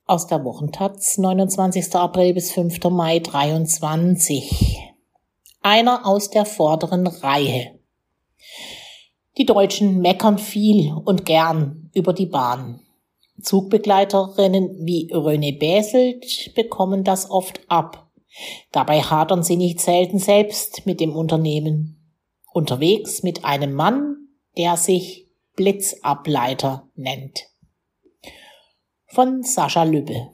Aus der Wochentaz, 29. April bis 5. Mai 23. Einer aus der vorderen Reihe. Die Deutschen meckern viel und gern über die Bahn. Zugbegleiterinnen wie René Bäselt bekommen das oft ab. Dabei hadern sie nicht selten selbst mit dem Unternehmen. Unterwegs mit einem Mann, der sich Blitzableiter nennt. Von Sascha Lübbe.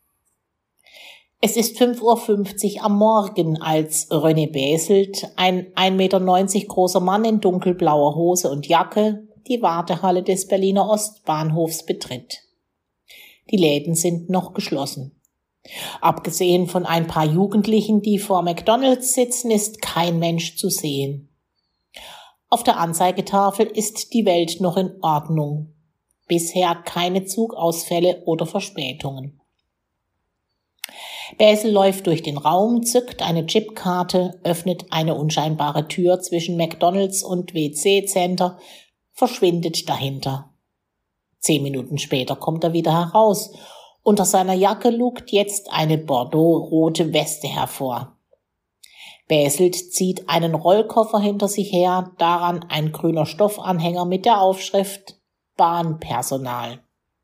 Es ist 5:50 Uhr am Morgen, als René Bäselt, ein 1,90 Meter großer Mann in dunkelblauer Hose und Jacke, die Wartehalle des Berliner Ostbahnhofs betritt. Die Läden sind noch geschlossen. Abgesehen von ein paar Jugendlichen, die vor McDonald's sitzen, ist kein Mensch zu sehen. Auf der Anzeigetafel ist die Welt noch in Ordnung. Bisher keine Zugausfälle oder Verspätungen. Bäsel läuft durch den Raum, zückt eine Chipkarte, öffnet eine unscheinbare Tür zwischen McDonald's und WC-Center, verschwindet dahinter. 10 Minuten später kommt er wieder heraus. Unter seiner Jacke lugt jetzt eine bordeaux-rote Weste hervor. Bäselt zieht einen Rollkoffer hinter sich her, daran ein grüner Stoffanhänger mit der Aufschrift Bahnpersonal.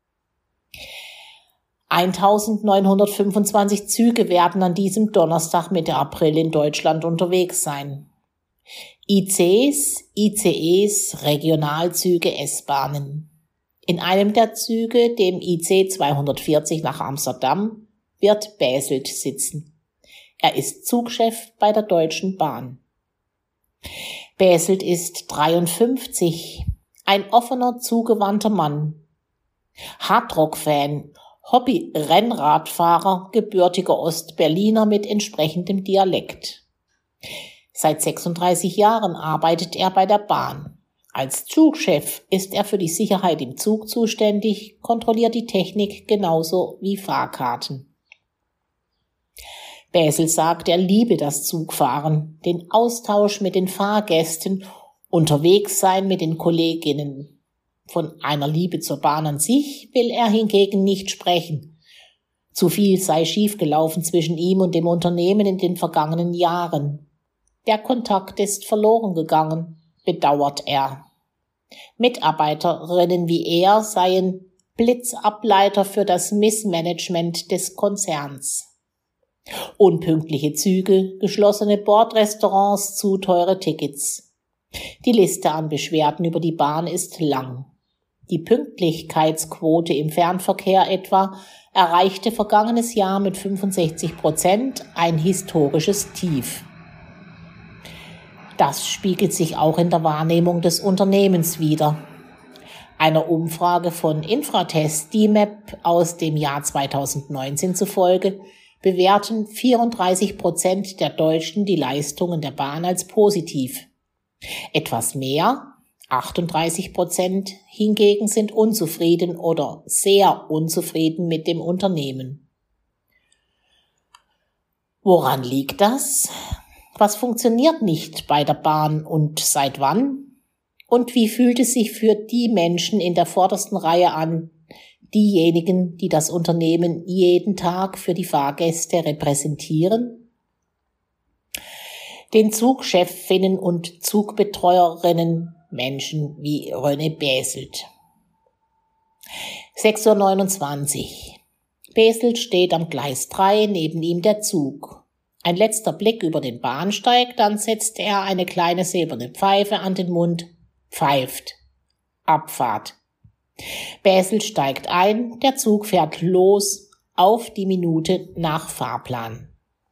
1925 Züge werden an diesem Donnerstag Mitte April in Deutschland unterwegs sein. ICs, ICEs, Regionalzüge, S-Bahnen. In einem der Züge, dem IC 240 nach Amsterdam, wird Bäselt sitzen. Er ist Zugchef bei der Deutschen Bahn. Bäselt ist 53, ein offener, zugewandter Mann. Hardrock-Fan, Hobby-Rennradfahrer, gebürtiger Ostberliner mit entsprechendem Dialekt. Seit 36 Jahren arbeitet er bei der Bahn. Als Zugchef ist er für die Sicherheit im Zug zuständig, kontrolliert die Technik genauso wie Fahrkarten. Bäsel sagt, er liebe das Zugfahren, den Austausch mit den Fahrgästen, unterwegs sein mit den Kolleginnen. Von einer Liebe zur Bahn an sich will er hingegen nicht sprechen. Zu viel sei schiefgelaufen zwischen ihm und dem Unternehmen in den vergangenen Jahren. Der Kontakt ist verloren gegangen, bedauert er. Mitarbeiterinnen wie er seien Blitzableiter für das Missmanagement des Konzerns. Unpünktliche Züge, geschlossene Bordrestaurants, zu teure Tickets. Die Liste an Beschwerden über die Bahn ist lang. Die Pünktlichkeitsquote im Fernverkehr etwa erreichte vergangenes Jahr mit 65% ein historisches Tief. Das spiegelt sich auch in der Wahrnehmung des Unternehmens wider. Einer Umfrage von Infratest DMAP aus dem Jahr 2019 zufolge bewerten 34% der Deutschen die Leistungen der Bahn als positiv. Etwas mehr, 38% hingegen, sind unzufrieden oder sehr unzufrieden mit dem Unternehmen. Woran liegt das? Was funktioniert nicht bei der Bahn und seit wann? Und wie fühlt es sich für die Menschen in der vordersten Reihe an, diejenigen, die das Unternehmen jeden Tag für die Fahrgäste repräsentieren? Den Zugchefinnen und Zugbetreuerinnen, Menschen wie René Bäselt. 6:29 Uhr. Bäselt steht am Gleis 3, neben ihm der Zug. Ein letzter Blick über den Bahnsteig, dann setzt er eine kleine silberne Pfeife an den Mund, pfeift. Abfahrt. Bäselt steigt ein, der Zug fährt los, auf die Minute nach Fahrplan.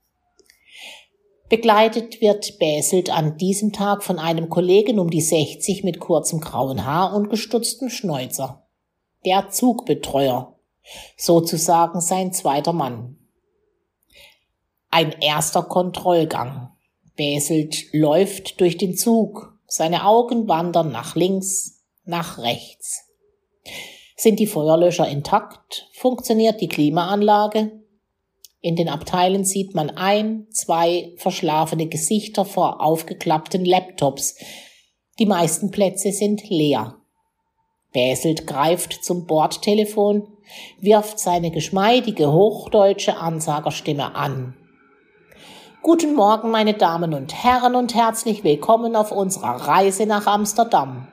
Begleitet wird Bäselt an diesem Tag von einem Kollegen um die 60 mit kurzem grauen Haar und gestutztem Schnäuzer. Der Zugbetreuer, sozusagen sein zweiter Mann. Ein erster Kontrollgang. Bäselt läuft durch den Zug. Seine Augen wandern nach links, nach rechts. Sind die Feuerlöscher intakt? Funktioniert die Klimaanlage? In den Abteilen sieht man 1, 2 verschlafene Gesichter vor aufgeklappten Laptops. Die meisten Plätze sind leer. Bäselt greift zum Bordtelefon, wirft seine geschmeidige hochdeutsche Ansagerstimme an. Guten Morgen, meine Damen und Herren, und herzlich willkommen auf unserer Reise nach Amsterdam.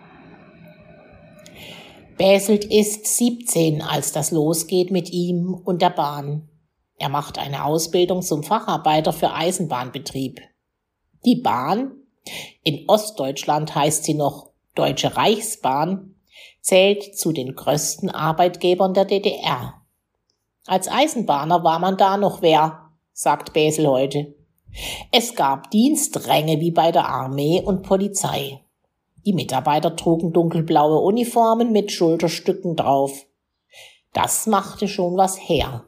Baezelt ist 17, als das losgeht mit ihm und der Bahn. Er macht eine Ausbildung zum Facharbeiter für Eisenbahnbetrieb. Die Bahn, in Ostdeutschland heißt sie noch Deutsche Reichsbahn, zählt zu den größten Arbeitgebern der DDR. Als Eisenbahner war man da noch wer, sagt Baezelt heute. Es gab Dienstränge wie bei der Armee und Polizei. Die Mitarbeiter trugen dunkelblaue Uniformen mit Schulterstücken drauf. Das machte schon was her.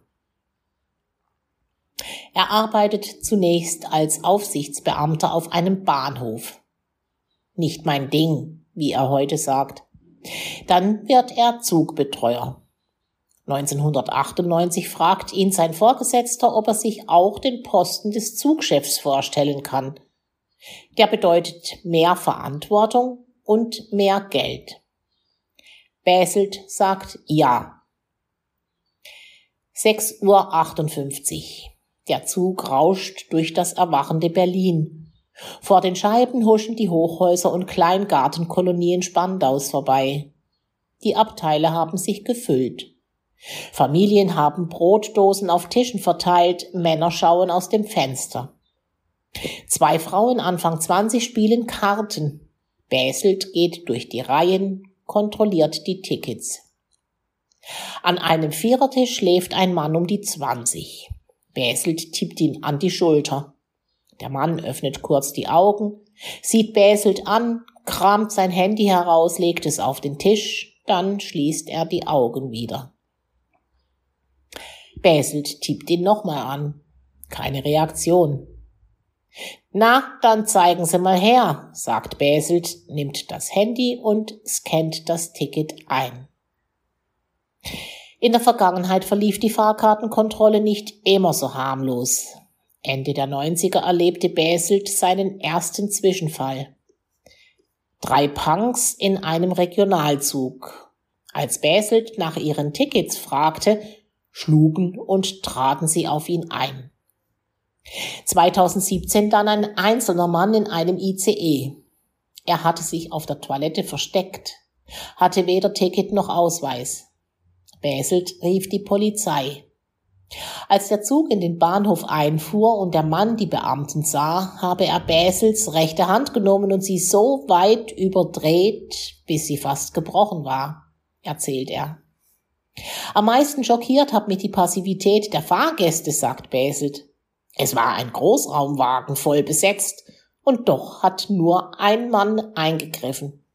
Er arbeitet zunächst als Aufsichtsbeamter auf einem Bahnhof. Nicht mein Ding, wie er heute sagt. Dann wird er Zugbetreuer. 1998 fragt ihn sein Vorgesetzter, ob er sich auch den Posten des Zugchefs vorstellen kann. Der bedeutet mehr Verantwortung und mehr Geld. Baezelt sagt ja. 6:58 Uhr. Der Zug rauscht durch das erwachende Berlin. Vor den Scheiben huschen die Hochhäuser und Kleingartenkolonien Spandaus vorbei. Die Abteile haben sich gefüllt. Familien haben Brotdosen auf Tischen verteilt, Männer schauen aus dem Fenster. 2 Frauen Anfang 20 spielen Karten. Baezelt geht durch die Reihen, kontrolliert die Tickets. An einem Vierertisch schläft ein Mann um die 20. Baezelt tippt ihn an die Schulter. Der Mann öffnet kurz die Augen, sieht Baezelt an, kramt sein Handy heraus, legt es auf den Tisch, dann schließt er die Augen wieder. Baezelt tippt ihn nochmal an. Keine Reaktion. Na, dann zeigen Sie mal her, sagt Baezelt, nimmt das Handy und scannt das Ticket ein. In der Vergangenheit verlief die Fahrkartenkontrolle nicht immer so harmlos. Ende der 90er erlebte Baezelt seinen ersten Zwischenfall. 3 Punks in einem Regionalzug. Als Baezelt nach ihren Tickets fragte, schlugen und traten sie auf ihn ein. 2017 dann ein einzelner Mann in einem ICE. Er hatte sich auf der Toilette versteckt, hatte weder Ticket noch Ausweis. Baezelt rief die Polizei. Als der Zug in den Bahnhof einfuhr und der Mann die Beamten sah, habe er Baezelts rechte Hand genommen und sie so weit überdreht, bis sie fast gebrochen war, erzählt er. Am meisten schockiert hat mich die Passivität der Fahrgäste, sagt Baezelt. Es war ein Großraumwagen voll besetzt und doch hat nur ein Mann eingegriffen.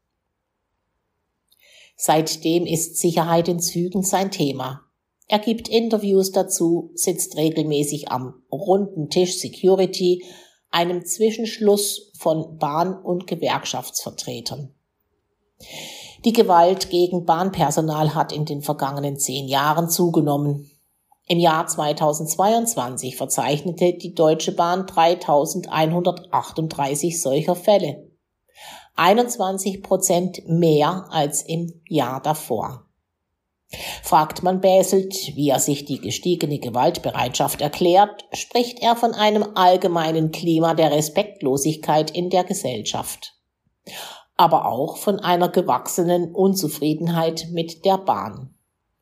Seitdem ist Sicherheit in Zügen sein Thema. Er gibt Interviews dazu, sitzt regelmäßig am runden Tisch Security, einem Zwischenschluss von Bahn- und Gewerkschaftsvertretern. Die Gewalt gegen Bahnpersonal hat in den vergangenen 10 Jahren zugenommen. Im Jahr 2022 verzeichnete die Deutsche Bahn 3.138 solcher Fälle. 21% mehr als im Jahr davor. Fragt man Baezelt, wie er sich die gestiegene Gewaltbereitschaft erklärt, spricht er von einem allgemeinen Klima der Respektlosigkeit in der Gesellschaft. Aber auch von einer gewachsenen Unzufriedenheit mit der Bahn.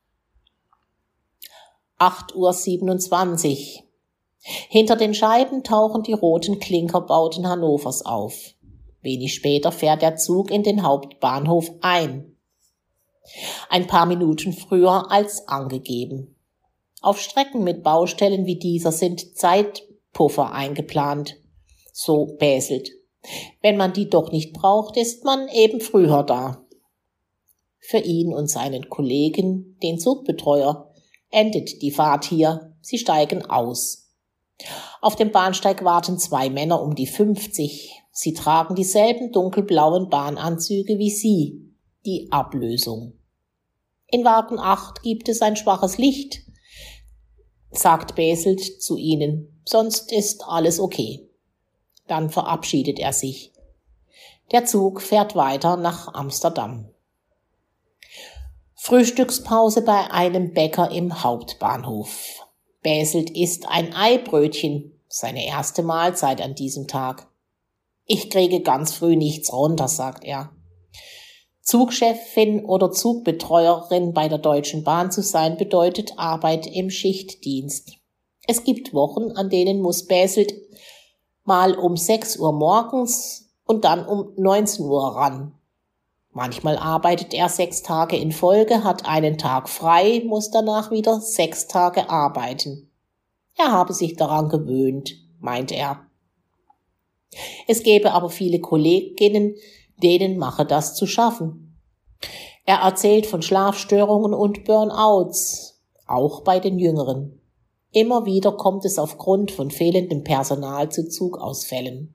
8:27 Uhr. Hinter den Scheiben tauchen die roten Klinkerbauten Hannovers auf. Wenig später fährt der Zug in den Hauptbahnhof ein. Ein paar Minuten früher als angegeben. Auf Strecken mit Baustellen wie dieser sind Zeitpuffer eingeplant, so Baezelt. Wenn man die doch nicht braucht, ist man eben früher da. Für ihn und seinen Kollegen, den Zugbetreuer, endet die Fahrt hier. Sie steigen aus. Auf dem Bahnsteig warten 2 Männer um die 50. Sie tragen dieselben dunkelblauen Bahnanzüge wie sie. Die Ablösung. In Wagen 8 gibt es ein schwaches Licht, sagt Baezelt zu ihnen, sonst ist alles okay. Dann verabschiedet er sich. Der Zug fährt weiter nach Amsterdam. Frühstückspause bei einem Bäcker im Hauptbahnhof. Baselt isst ein Eibrötchen, seine erste Mahlzeit an diesem Tag. Ich kriege ganz früh nichts runter, sagt er. Zugchefin oder Zugbetreuerin bei der Deutschen Bahn zu sein, bedeutet Arbeit im Schichtdienst. Es gibt Wochen, an denen muss Baselt mal um 6 Uhr morgens und dann um 19 Uhr ran. Manchmal arbeitet er 6 Tage in Folge, hat einen Tag frei, muss danach wieder 6 Tage arbeiten. Er habe sich daran gewöhnt, meint er. Es gäbe aber viele Kolleginnen, denen mache das zu schaffen. Er erzählt von Schlafstörungen und Burnouts, auch bei den Jüngeren. Immer wieder kommt es aufgrund von fehlendem Personal zu Zugausfällen.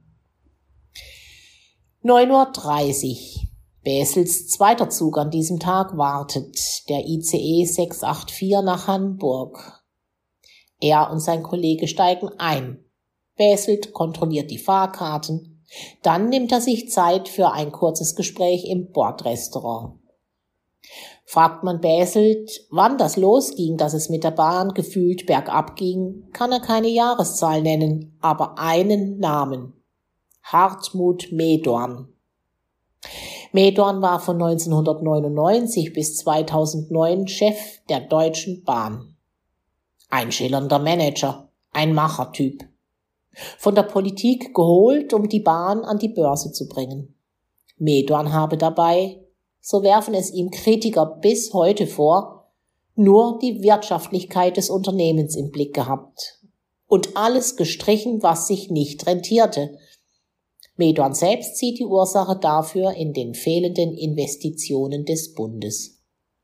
9:30 Uhr. Basels zweiter Zug an diesem Tag wartet, der ICE 684 nach Hamburg. Er und sein Kollege steigen ein. Baselt kontrolliert die Fahrkarten. Dann nimmt er sich Zeit für ein kurzes Gespräch im Bordrestaurant. Fragt man Baselt, wann das losging, dass es mit der Bahn gefühlt bergab ging, kann er keine Jahreszahl nennen, aber einen Namen. Hartmut Mehdorn. Mehdorn war von 1999 bis 2009 Chef der Deutschen Bahn. Ein schillernder Manager, ein Machertyp. Von der Politik geholt, um die Bahn an die Börse zu bringen. Mehdorn habe dabei, so werfen es ihm Kritiker bis heute vor, nur die Wirtschaftlichkeit des Unternehmens im Blick gehabt und alles gestrichen, was sich nicht rentierte. Mehdorn selbst sieht die Ursache dafür in den fehlenden Investitionen des Bundes.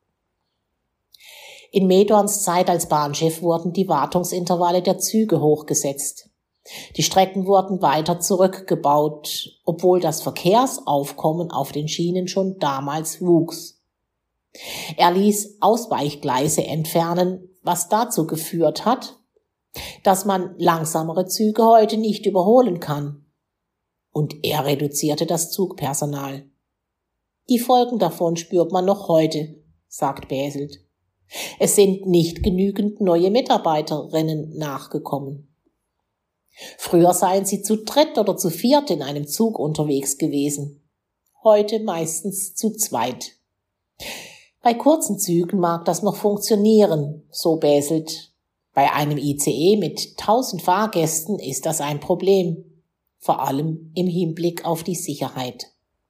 In Mehdorns Zeit als Bahnchef wurden die Wartungsintervalle der Züge hochgesetzt. Die Strecken wurden weiter zurückgebaut, obwohl das Verkehrsaufkommen auf den Schienen schon damals wuchs. Er ließ Ausweichgleise entfernen, was dazu geführt hat, dass man langsamere Züge heute nicht überholen kann. Und er reduzierte das Zugpersonal. Die Folgen davon spürt man noch heute, sagt Baselt. Es sind nicht genügend neue Mitarbeiterinnen nachgekommen. Früher seien sie zu dritt oder zu viert in einem Zug unterwegs gewesen. Heute meistens zu zweit. Bei kurzen Zügen mag das noch funktionieren, so Baselt. Bei einem ICE mit 1000 Fahrgästen ist das ein Problem. Vor allem im Hinblick auf die Sicherheit.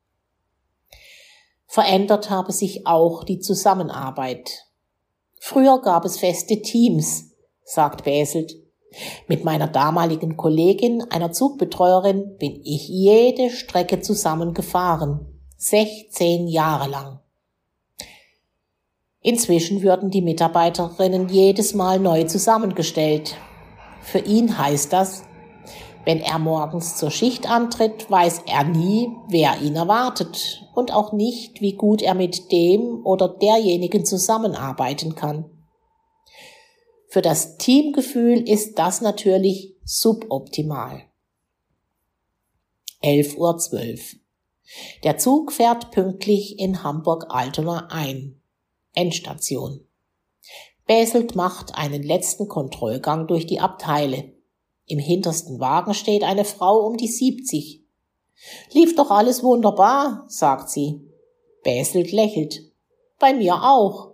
Verändert habe sich auch die Zusammenarbeit. Früher gab es feste Teams, sagt Baselt. Mit meiner damaligen Kollegin, einer Zugbetreuerin, bin ich jede Strecke zusammengefahren, 16 Jahre lang. Inzwischen würden die Mitarbeiterinnen jedes Mal neu zusammengestellt. Für ihn heißt das, wenn er morgens zur Schicht antritt, weiß er nie, wer ihn erwartet und auch nicht, wie gut er mit dem oder derjenigen zusammenarbeiten kann. Für das Teamgefühl ist das natürlich suboptimal. 11:12 Uhr. Der Zug fährt pünktlich in Hamburg-Altona ein. Endstation. Baselt macht einen letzten Kontrollgang durch die Abteile. Im hintersten Wagen steht eine Frau um die 70. Lief doch alles wunderbar, sagt sie. Baselt lächelt. Bei mir auch.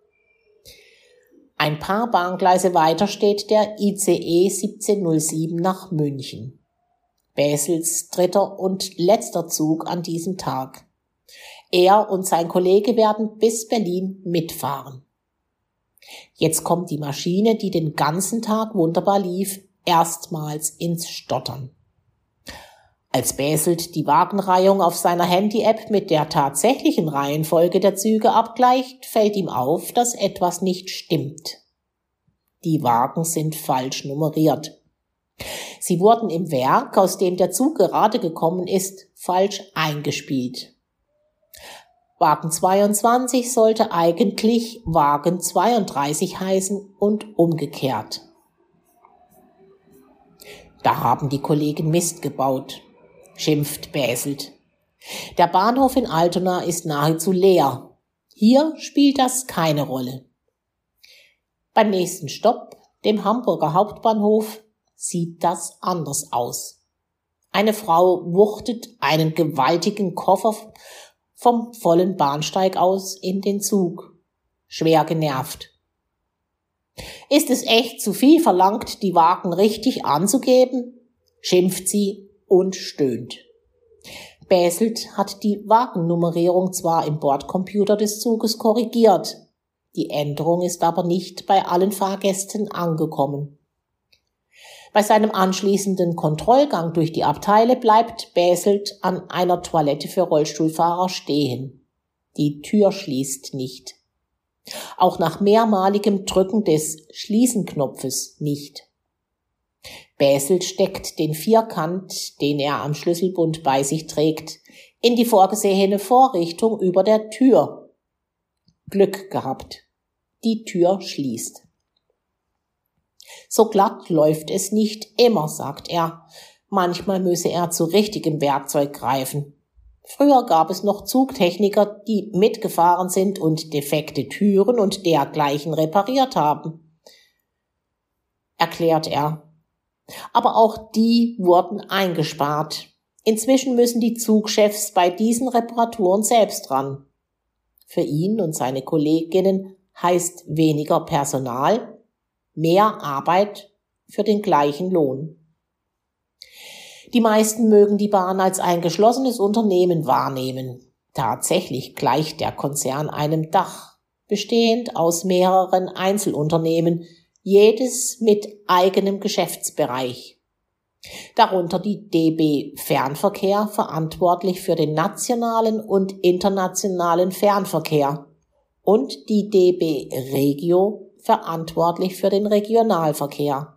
Ein paar Bahngleise weiter steht der ICE 1707 nach München. Baselts dritter und letzter Zug an diesem Tag. Er und sein Kollege werden bis Berlin mitfahren. Jetzt kommt die Maschine, die den ganzen Tag wunderbar lief, erstmals ins Stottern. Als Baselt die Wagenreihung auf seiner Handy-App mit der tatsächlichen Reihenfolge der Züge abgleicht, fällt ihm auf, dass etwas nicht stimmt. Die Wagen sind falsch nummeriert. Sie wurden im Werk, aus dem der Zug gerade gekommen ist, falsch eingespielt. Wagen 22 sollte eigentlich Wagen 32 heißen und umgekehrt. Da haben die Kollegen Mist gebaut, schimpft Baselt. Der Bahnhof in Altona ist nahezu leer. Hier spielt das keine Rolle. Beim nächsten Stopp, dem Hamburger Hauptbahnhof, sieht das anders aus. Eine Frau wuchtet einen gewaltigen Koffer vom vollen Bahnsteig aus in den Zug, schwer genervt. Ist es echt zu viel verlangt, die Wagen richtig anzugeben? Schimpft sie und stöhnt. Bäselt hat die Wagennummerierung zwar im Bordcomputer des Zuges korrigiert, die Änderung ist aber nicht bei allen Fahrgästen angekommen. Bei seinem anschließenden Kontrollgang durch die Abteile bleibt Bäselt an einer Toilette für Rollstuhlfahrer stehen. Die Tür schließt nicht. Auch nach mehrmaligem Drücken des Schließenknopfes nicht. Bäselt steckt den Vierkant, den er am Schlüsselbund bei sich trägt, in die vorgesehene Vorrichtung über der Tür. Glück gehabt. Die Tür schließt. So glatt läuft es nicht immer, sagt er. Manchmal müsse er zu richtigem Werkzeug greifen. Früher gab es noch Zugtechniker, die mitgefahren sind und defekte Türen und dergleichen repariert haben, erklärt er. Aber auch die wurden eingespart. Inzwischen müssen die Zugchefs bei diesen Reparaturen selbst ran. Für ihn und seine Kolleginnen heißt weniger Personal, mehr Arbeit für den gleichen Lohn. Die meisten mögen die Bahn als ein geschlossenes Unternehmen wahrnehmen. Tatsächlich gleicht der Konzern einem Dach, bestehend aus mehreren Einzelunternehmen, jedes mit eigenem Geschäftsbereich. Darunter die DB Fernverkehr, verantwortlich für den nationalen und internationalen Fernverkehr, und die DB Regio, verantwortlich für den Regionalverkehr.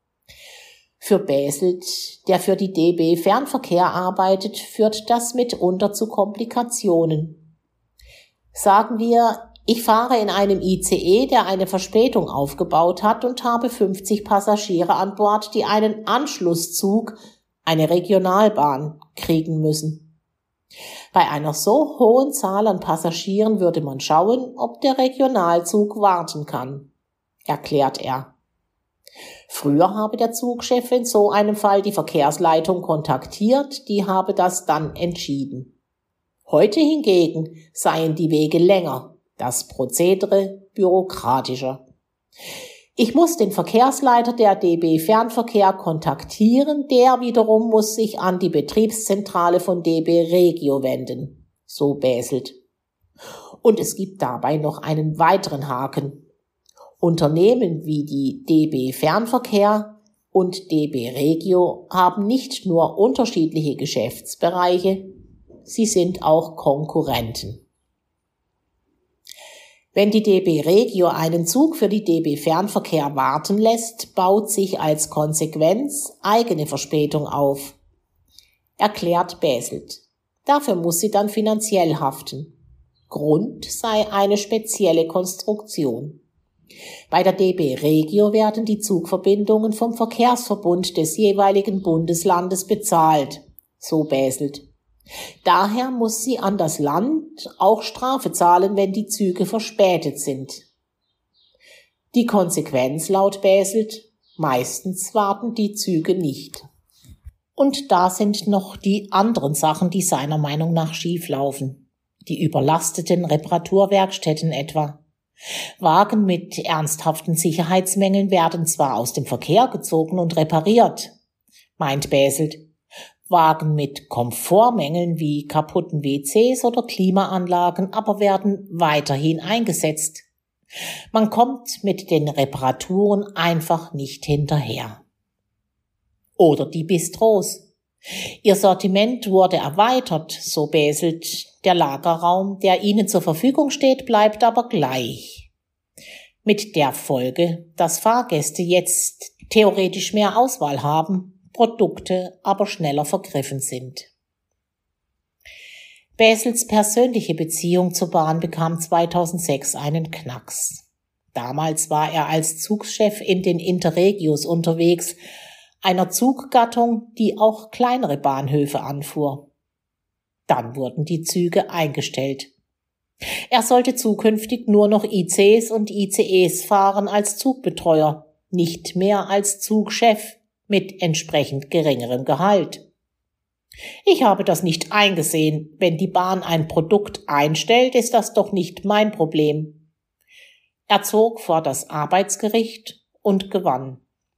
Für Bäselt, der für die DB Fernverkehr arbeitet, führt das mitunter zu Komplikationen. Sagen wir, ich fahre in einem ICE, der eine Verspätung aufgebaut hat, und habe 50 Passagiere an Bord, die einen Anschlusszug, eine Regionalbahn, kriegen müssen. Bei einer so hohen Zahl an Passagieren würde man schauen, ob der Regionalzug warten kann, erklärt er. Früher habe der Zugchef in so einem Fall die Verkehrsleitung kontaktiert, die habe das dann entschieden. Heute hingegen seien die Wege länger, das Prozedere bürokratischer. Ich muss den Verkehrsleiter der DB Fernverkehr kontaktieren, der wiederum muss sich an die Betriebszentrale von DB Regio wenden, so Bäselt. Und es gibt dabei noch einen weiteren Haken. Unternehmen wie die DB Fernverkehr und DB Regio haben nicht nur unterschiedliche Geschäftsbereiche, sie sind auch Konkurrenten. Wenn die DB Regio einen Zug für die DB Fernverkehr warten lässt, baut sich als Konsequenz eigene Verspätung auf, erklärt Bäselt. Dafür muss sie dann finanziell haften. Grund sei eine spezielle Konstruktion. Bei der DB Regio werden die Zugverbindungen vom Verkehrsverbund des jeweiligen Bundeslandes bezahlt, so Bäselt. Daher muss sie an das Land auch Strafe zahlen, wenn die Züge verspätet sind. Die Konsequenz laut Bäselt: meistens warten die Züge nicht. Und da sind noch die anderen Sachen, die seiner Meinung nach schieflaufen. Die überlasteten Reparaturwerkstätten etwa. Wagen mit ernsthaften Sicherheitsmängeln werden zwar aus dem Verkehr gezogen und repariert, meint Bäselt. Wagen mit Komfortmängeln wie kaputten WCs oder Klimaanlagen aber werden weiterhin eingesetzt. Man kommt mit den Reparaturen einfach nicht hinterher. Oder die Bistros. Ihr Sortiment wurde erweitert, so Bäselt. Der Lagerraum, der ihnen zur Verfügung steht, bleibt aber gleich. Mit der Folge, dass Fahrgäste jetzt theoretisch mehr Auswahl haben, Produkte aber schneller vergriffen sind. Bäsels persönliche Beziehung zur Bahn bekam 2006 einen Knacks. Damals war er als Zugchef in den Interregios unterwegs, einer Zuggattung, die auch kleinere Bahnhöfe anfuhr. Dann wurden die Züge eingestellt. Er sollte zukünftig nur noch ICs und ICEs fahren als Zugbetreuer, nicht mehr als Zugchef mit entsprechend geringerem Gehalt. Ich habe das nicht eingesehen. Wenn die Bahn ein Produkt einstellt, ist das doch nicht mein Problem. Er zog vor das Arbeitsgericht und gewann.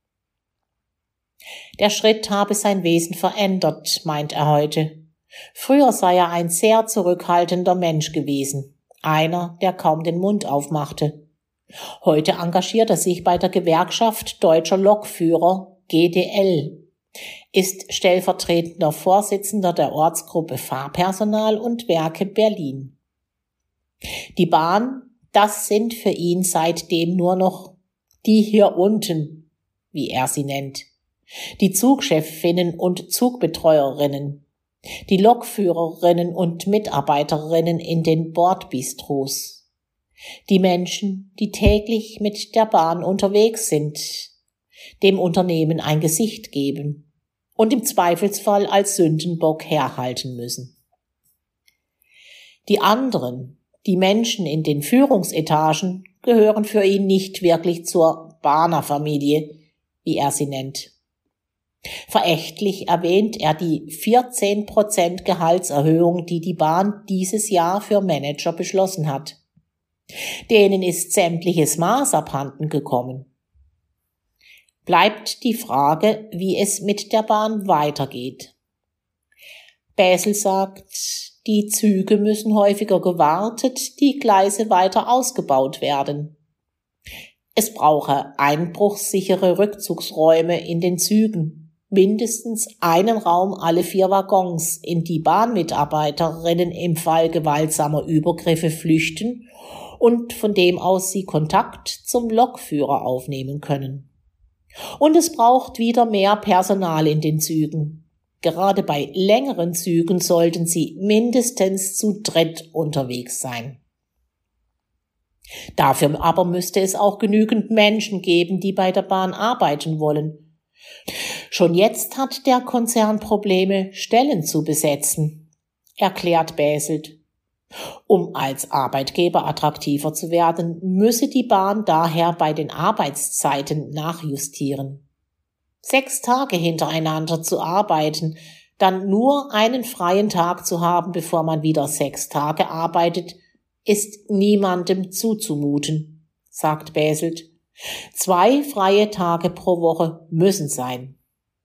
Der Schritt habe sein Wesen verändert, meint er heute. Früher sei er ein sehr zurückhaltender Mensch gewesen, einer, der kaum den Mund aufmachte. Heute engagiert er sich bei der Gewerkschaft Deutscher Lokführer GDL, ist stellvertretender Vorsitzender der Ortsgruppe Fahrpersonal und Werke Berlin. Die Bahn, das sind für ihn seitdem nur noch die hier unten, wie er sie nennt, die Zugchefinnen und Zugbetreuerinnen, die Lokführerinnen und Mitarbeiterinnen in den Bordbistros, die Menschen, die täglich mit der Bahn unterwegs sind, dem Unternehmen ein Gesicht geben und im Zweifelsfall als Sündenbock herhalten müssen. Die anderen, die Menschen in den Führungsetagen, gehören für ihn nicht wirklich zur Bahnerfamilie, wie er sie nennt. Verächtlich erwähnt er die 14% Gehaltserhöhung, die die Bahn dieses Jahr für Manager beschlossen hat. Denen ist sämtliches Maß abhanden gekommen. Bleibt die Frage, wie es mit der Bahn weitergeht. Bäsel sagt, die Züge müssen häufiger gewartet, die Gleise weiter ausgebaut werden. Es brauche einbruchssichere Rückzugsräume in den Zügen, mindestens einen Raum alle 4 Waggons, in die Bahnmitarbeiterinnen im Fall gewaltsamer Übergriffe flüchten und von dem aus sie Kontakt zum Lokführer aufnehmen können. Und es braucht wieder mehr Personal in den Zügen. Gerade bei längeren Zügen sollten sie mindestens zu dritt unterwegs sein. Dafür aber müsste es auch genügend Menschen geben, die bei der Bahn arbeiten wollen. Schon jetzt hat der Konzern Probleme, Stellen zu besetzen, erklärt Bäselt. Um als Arbeitgeber attraktiver zu werden, müsse die Bahn daher bei den Arbeitszeiten nachjustieren. 6 Tage hintereinander zu arbeiten, dann nur einen freien Tag zu haben, bevor man wieder 6 Tage arbeitet, ist niemandem zuzumuten, sagt Bäselt. 2 freie Tage pro Woche müssen sein.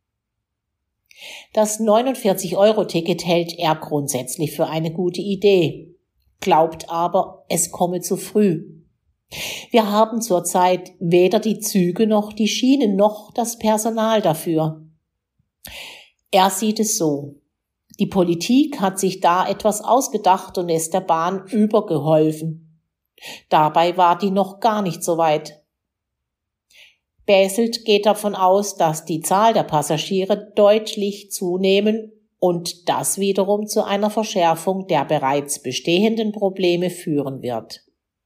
Das 49-Euro-Ticket hält er grundsätzlich für eine gute Idee, glaubt aber, es komme zu früh. Wir haben zurzeit weder die Züge noch die Schienen noch das Personal dafür. Er sieht es so. Die Politik hat sich da etwas ausgedacht und ist der Bahn übergeholfen. Dabei war die noch gar nicht so weit. Bäselt geht davon aus, dass die Zahl der Passagiere deutlich zunehmen und das wiederum zu einer Verschärfung der bereits bestehenden Probleme führen wird.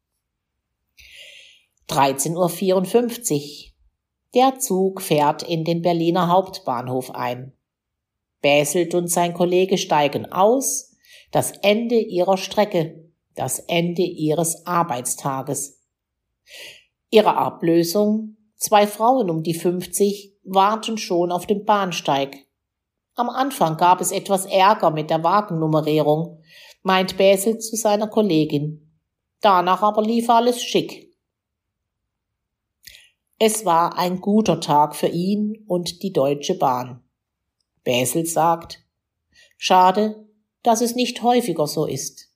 13:54 Uhr. Der Zug fährt in den Berliner Hauptbahnhof ein. Bäselt und sein Kollege steigen aus, das Ende ihrer Strecke, das Ende ihres Arbeitstages. Ihre Ablösung, 2 Frauen um die 50, warten schon auf dem Bahnsteig. Am Anfang gab es etwas Ärger mit der Wagennummerierung, meint Bäselt zu seiner Kollegin. Danach aber lief alles schick. Es war ein guter Tag für ihn und die Deutsche Bahn. Bäselt sagt, schade, dass es nicht häufiger so ist.